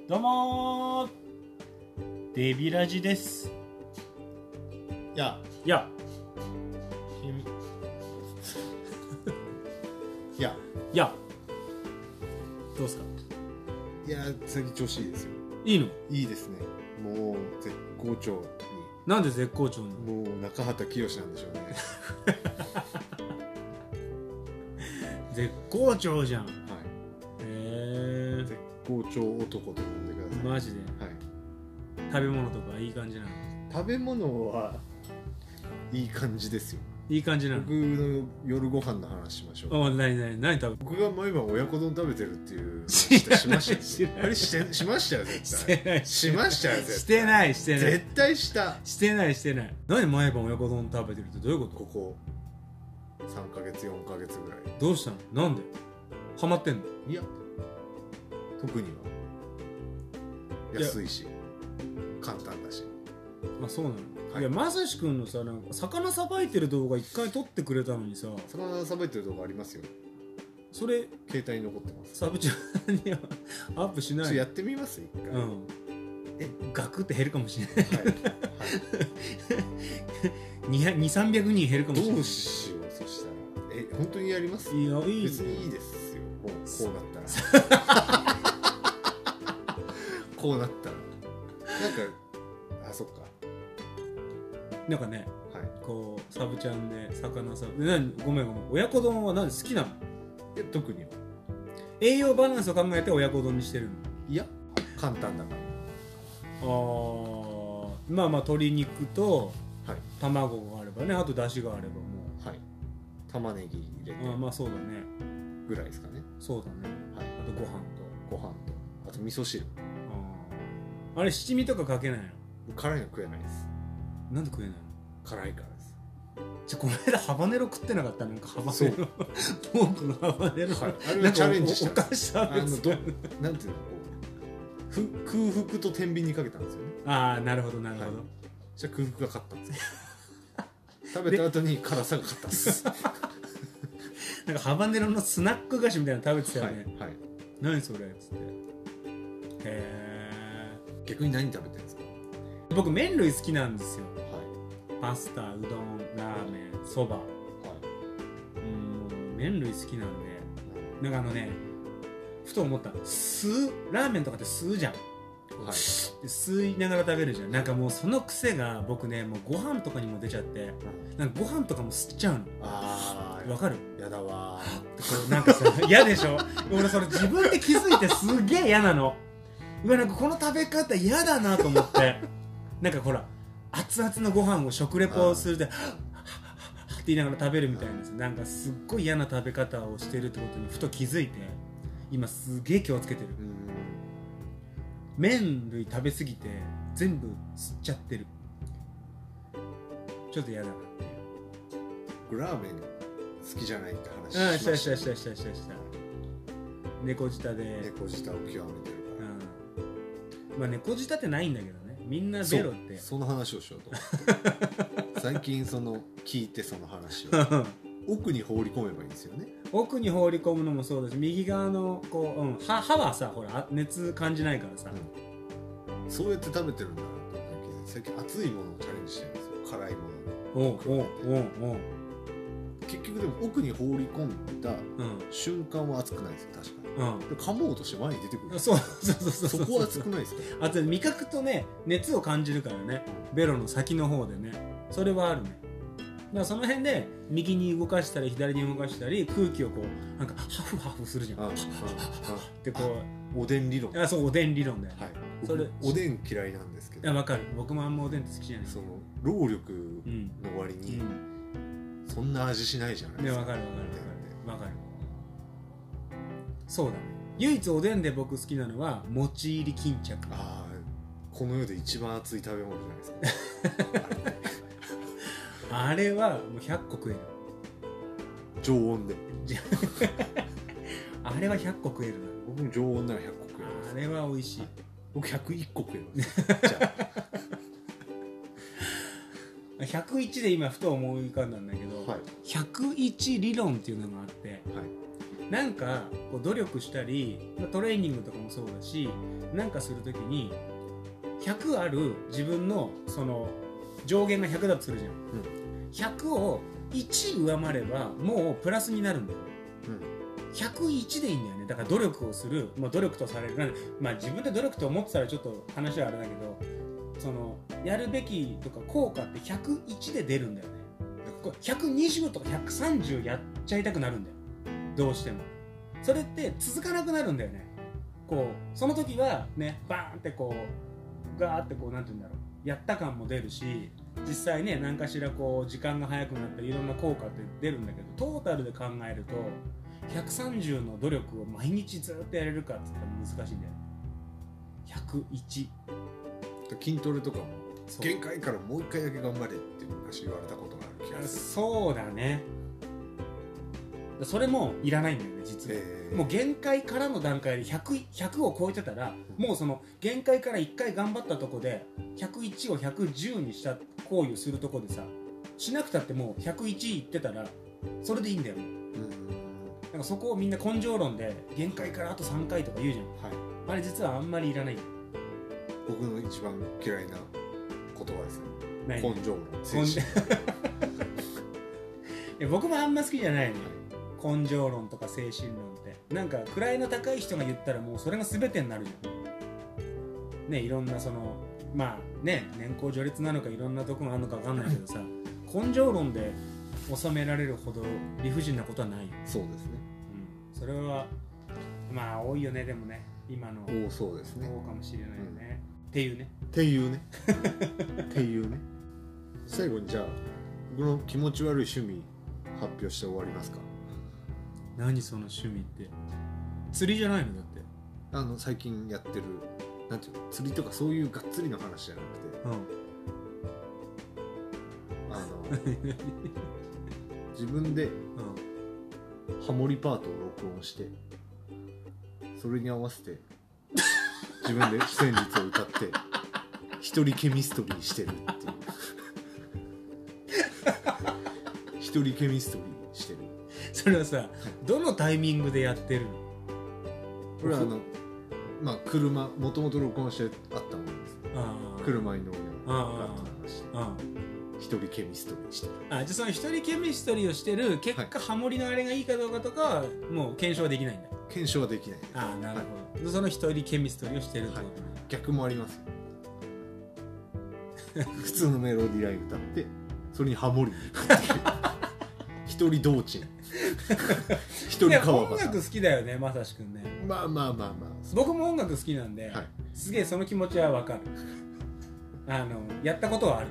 どうもー、デビラジです。 いやいやいやいやどうすか。 いや最近調子いいですよ。 いいの？ いいですね。もう絶好調に。 なんで絶好調なの？ もう中畑清なんでしょうね。 絶好調じゃん。 はい。 絶好調男と呼んでください。 マジで。 はい。 食べ物とかいい感じなの？ 食べ物はいい感じですよ。 いい感じなの？ 僕の夜ご飯の話しましょう。 お、何食べ？ 僕が毎晩親子丼食べてるっていう話しましたよ。あれしましたよ絶対。 してないしましたよ絶対。 してない絶対した。 してない何毎晩親子丼食べてるってどういうこと？ ここ3ヶ月4ヶ月ぐらい。 どうしたの？なんでハマってんの？ いや特には安いし簡単だし。 あ、そうなの、 はい、 いやまさしくんのさ、なんか魚さばいてる動画一回撮ってくれたのにさ、 魚さばいてる動画ありますよ。それ携帯に残ってます。 サブチャンにはアップしない。 やってみます一回。 ガクって減るかもしれない。 はい、 200-300人減るかもしれない。 どうしよう。そしたら本当にやります？ いや、いい。 別にいいですよ。もうこうなったらこうなったらなんかそっかなんかね、 はい、 こうサブチャンで魚さごめん親子丼は何好きなの？ 特には栄養バランスを考えて親子丼にしてるの？ いや簡単だから。 まあ鶏肉とはい、 卵があればね、あと出汁があればもう、はい、玉ねぎ入れてまあそうだねぐらいですかね。 そうだね、 はい、 あとご飯とあと味噌汁。 あれ七味とかかけないの？ 辛いの食えないです。 なんで食えないの？ 辛いからです。 この間ハバネロ食ってなかった？なんかハバネロポークのハバネロ、 はい、あれはチャレンジした。 お菓子食べてなんていうの空腹と天秤にかけたんですよね。 ああ、なるほど、はい、 じゃあ空腹が勝ったんですよ。食べた後に辛さが勝ったんですなんかハバネロのスナック菓子みたいなの食べてたよね。 はい、 何それっつって。 逆に何食べてるんですか？ 僕麺類好きなんですよ。 はい、 パスタ、うどん、ラーメン、そば、はい、麺類好きなんで、なんかふと思った、ラーメンとかって吸うじゃん、はい、で吸いながら食べるじゃん。なんかもうその癖が僕ね、もうご飯とかにも出ちゃって、なんかご飯とかも吸っちゃうの。わかる？やだわーなんかさ嫌でしょ。俺それ自分で気づいてすげえ嫌なの。なんかこの食べ方嫌だなと思ってなんかほら熱々のご飯を食レポをするでって言いながら食べるみたいな、なんかすっごい嫌な食べ方をしてるってことにふと気づいて、今すげえ気をつけてる。麺類食べ過ぎて全部吸っちゃってる。ちょっと嫌だなっていう。 ラーメン好きじゃないって話しました。 した猫舌で猫舌を極めてるから、 まあ猫舌ってないんだけどね、みんなベロって。 その話をしようと思って最近聞いてその話を奥に放り込めばいいんですよね。 奥に放り込むのもそうだし、右側のこう、歯はさ、ほら熱感じないからさ、 そうやって食べてるんだなと思って、最近熱いものをチャレンジしてるんですよ。辛いものに。結局でも奥に放り込んだ瞬間は熱くないですよ、確かに。噛もうとして前に出てくる。そこは熱くないですか？ あと味覚とね、熱を感じるからね、ベロの先の方でね、それはあるね。だからその辺で右に動かしたり左に動かしたり、空気をこうなんかハフハフするじゃん。ってこうおでん理論。 そう、おでん理論だよ。 はい。それおでん嫌いなんですけど。 わかる。僕もあんまおでんって好きじゃない。 その労力の割にそんな味しないじゃないですか。 わかる。そうだね。唯一おでんで僕好きなのはもち入り巾着。 この世で一番熱い食べ物じゃないですか。 あれはもう100個食える。 常温で。 あれは100個食えるな。 僕も常温なら100個食えます。 あれは美味しい。 僕101個食えます。じゃあ 101で今ふと思い浮かんだんだけど、101理論っていうのがあって、 なんかこう努力したり、トレーニングとかもそうだし、なんかするときに100ある自分のその上限が100だとするじゃん、100を1上回ればもうプラスになるんだよ、101でいいんだよね。だから努力をする、努力とされる、自分で努力と思ってたらちょっと話はあれだけど、そのやるべきとか効果って101で出るんだよね。120とか130やっちゃいたくなるんだよ、どうしても。それって続かなくなるんだよね。こうその時はね、バーンってこうガーってこうなんていうんだろう、やった感も出るし、実際ね何かしらこう時間が早くなったりいろんな効果って出るんだけど、トータルで考えると130の努力を毎日ずっとやれるかって言ったら難しいんだよ。101。 筋トレとかも限界からもう一回だけ頑張れって昔言われたことがある気がする。 そうだね。それもいらないんだよね実は、もう限界からの段階で 100を超えてたら、もうその限界から1回頑張ったとこで101を110にした行為をするとこでさ、しなくたってもう101いってたらそれでいいんだよ。なんかそこをみんな根性論で限界からあと3回とか言うじゃん、あれ実はあんまりいらないんだよ。 僕の一番嫌いな言葉ですね、根性論。 いや僕もあんま好きじゃないのよ、根性論とか精神論って。なんか位の高い人が言ったらもうそれが全てになるじゃんね。いろんなその年功序列なのかいろんなとこがあるのか分かんないけどさ、根性論で収められるほど理不尽なことはないよ。 そうですね、 それは多いよね。でもね今のそうですね、 そうかもしれないよね、っていうね最後にじゃあ僕の気持ち悪い趣味発表して終わりますか。 何その趣味って。釣りじゃないの？だって最近やってるなんていうの、釣りとかそういうがっつりの話じゃなくて、自分でハモリパートを録音してそれに合わせて自分で旋律を歌って一人ケミストリーしてるっていう一人ケミストリーしてる。 それはさ、どのタイミングでやってるの？ これは車もともと録音してあったものです。車に乗りながらガッと流して一人ケミストリーしてる。 じゃあその一人ケミストリーをしてる結果、ハモリのあれがいいかどうかとかはもう検証はできないんだ。 検証はできない。 なるほど、その一人ケミストリーをしてるってことね。 逆もあります普通のメロディーライン歌ってそれにハモリに一人道珍一人川端。音楽好きだよね、まさしくんね。僕も音楽好きなんで、すげえその気持ちはわかる。やったことはある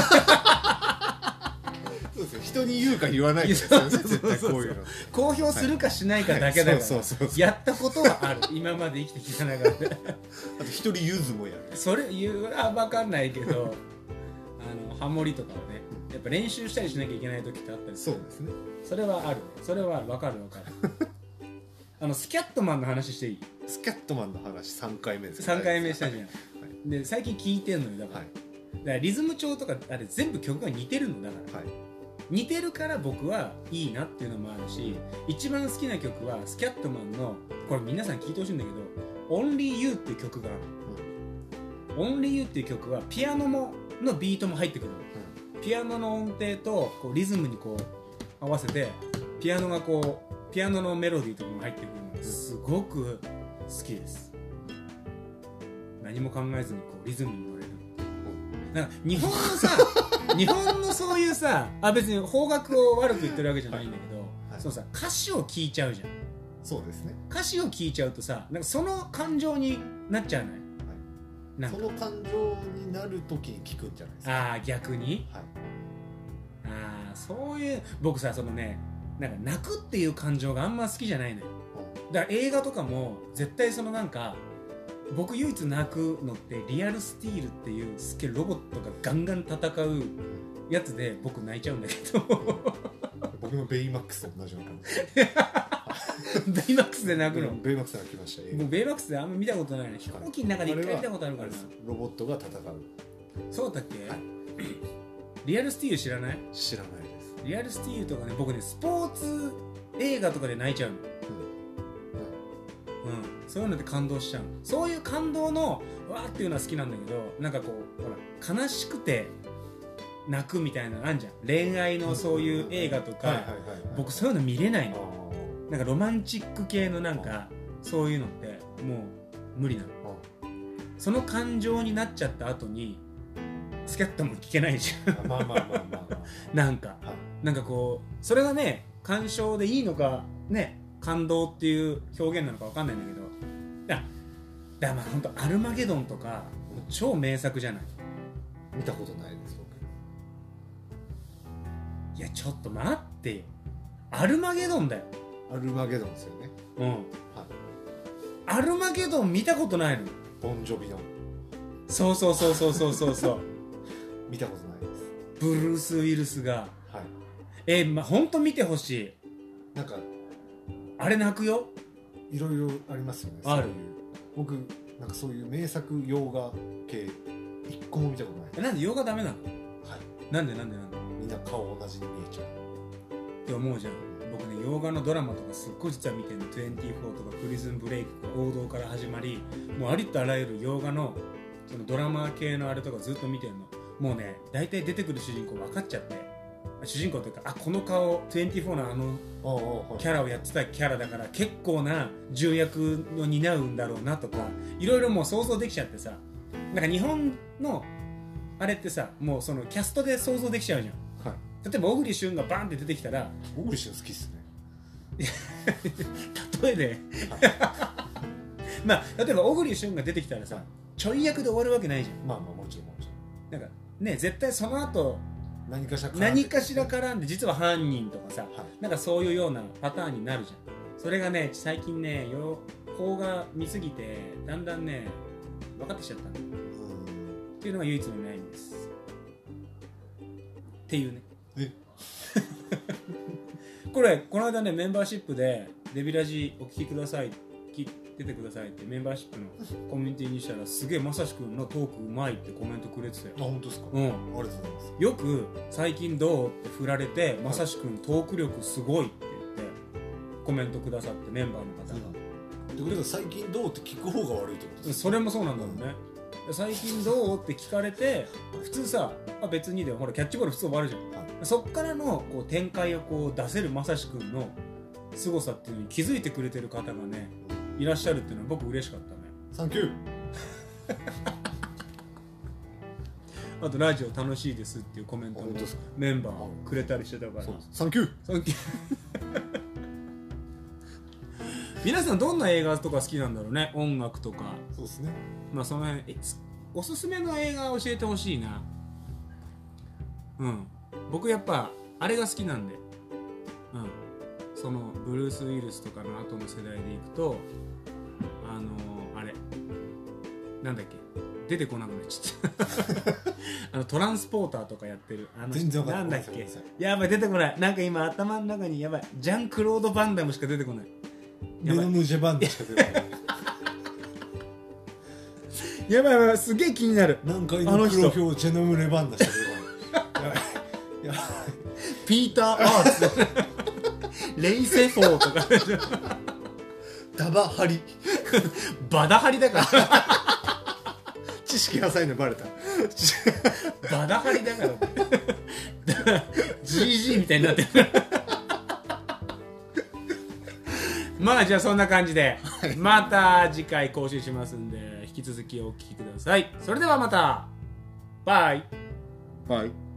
そうですよ、人に言うか言わないかですよね、絶対こういうの公表するかしないかだけだから、やったことはある今まで生きてきた中であと一人ゆずもやる。 それ分かんないけどハモリとかはね、やっぱ練習したりしなきゃいけない時ってあったりする。 そうですね、 それはある、それは分かるスキャットマンの話していい？ スキャットマンの話3回目ですね。3回目したじゃん、で最近聞いてんのよ。だからリズム調とかあれ全部曲が似てるのだから、似てるから僕はいいなっていうのもあるし、一番好きな曲はスキャットマンの、これ皆さん聞いてほしいんだけど、Only You っていう曲がある。Only You っていう曲はピアノのビートも入ってくるの、ピアノの音程とこうリズムにこう合わせてピアノのメロディーとかも入ってくるのがすごく好きです。何も考えずにこうリズムに乗れる。なんか日本のさ日本のそういうさ、別に邦楽を悪く言ってるわけじゃないんだけど、そうさ、歌詞を聴いちゃうじゃん。 そうですね、 歌詞を聴いちゃうとさ、なんかその感情になっちゃわない？ なんかその感情になる時に聞くんじゃないですか。 逆に、そういう、僕さ、そのね、なんか泣くっていう感情があんま好きじゃないのよ。だから映画とかも絶対そのなんか、僕唯一泣くのってリアルスティールっていうすっげえロボットがガンガン戦うやつで僕泣いちゃうんだけど僕のベイマックスと同じような感じベイマックスで泣くの？ ベイマックスで泣きました。 もうベイマックスであんま見たことないの。飛行機の中で一回見たことあるからな。 ロボットが戦う。 そうだっけ？リアルスティール知らない？ 知らないです。 リアルスティールとかね、僕ね、スポーツ映画とかで泣いちゃうの。 そういうので感動しちゃう。そういう感動のわーっていうのは好きなんだけど、なんかこうほら悲しくて泣くみたいなのあんじゃん。恋愛のそういう映画とか、僕そういうの見れないの。なんかロマンチック系のなんかそういうのってもう無理なの。その感情になっちゃった後にスキャットも聞けないじゃん。なんか、なんかこうそれがね鑑賞でいいのかね、感動っていう表現なのかわかんないんだけど、だからまあ本当アルマゲドンとか超名作じゃない。 見たことないです僕。 いやちょっと待ってよ、アルマゲドンだよ。 アルマゲドンですよね。 うん、はい、アルマゲドン見たことないの。 ボンジョビの。 そうそうそうそうそうそうそう見たことないです。 ブルース・ウィルスが、 はい、 まあ本当見てほしい。 なんかあれ泣くよ。 いろいろありますよね。 ある。 そういう僕なんかそういう名作洋画系一個も見たことない。 なんで洋画ダメなの？ はい。 なんでみんな顔同じに見えちゃうって思うじゃん。僕ね洋画のドラマとかすっごい実は見てるの。24とかプリズンブレイクとか王道から始まり、もうありとあらゆる洋画のそのドラマ系のあれとかずっと見てるの。もうね大体出てくる主人公分かっちゃって、主人公というかこの顔24のキャラをやってたキャラだから結構な重役を担うんだろうなとかいろいろもう想像できちゃってさ、なんか日本のあれってさもうそのキャストで想像できちゃうじゃん。はい、例えば小栗旬がバンって出てきたら、 小栗旬好きっすね例えで、はい、まあ例えば小栗旬が出てきたらさ、はい、ちょい役で終わるわけないじゃん。 まあもちろんなんかね絶対その後何かしら絡んで実は犯人とかさ、はい、なんかそういうようなパターンになるじゃん。それがね最近ね邦画見すぎてだんだんね分かってきちゃったんだっていうのが唯一の悩みですっていうね。この間ねメンバーシップでデビラジお聞きください出てくださいってメンバーシップのコミュニティにしたらすげえまさしくんのトークうまいってコメントくれてたよ。 あ本当ですか。 うん、ありがとうございます。 よく最近どうって振られて、まさしくんトーク力すごいって言ってコメントくださってメンバーの方が、 ってことは最近どうって聞く方が悪いってことですか。 それもそうなんだろうね、最近どうって聞かれて普通さ別にでもほらキャッチボール普通終わるじゃん、そっからのこう展開をこう出せるまさしくんの凄さっていうのに気づいてくれてる方がねいらっしゃるっていうのは僕嬉しかったね。 サンキューあとラジオ楽しいですっていうコメントもメンバーくれたりしてたからサンキュー皆さんどんな映画とか好きなんだろうね。音楽とか。 そうですね。 まあその辺おすすめの映画教えてほしいな。僕やっぱあれが好きなんで、そのブルース・ウィルスとかの後の世代でいくとあれなんだっけ出てこなくなっちゃったトランスポーターとかやってる全然わかなんだっけ、やばい出てこない。なんか今頭の中にやばいジャンクロード・バンダムしか出てこない。 メノム・ジェバンダしか出てこないやばいやばいすげえ気になる。 なんか今黒豹ジェノム・レバンダしか出てこないやばいピーター・アーツレイセフォーとかダバハリバダハリだから知識浅いのバレたバダハリだからGG みたいになってるまあじゃあそんな感じでまた次回更新しますんで引き続きお聞きください。それではまたバイバイ。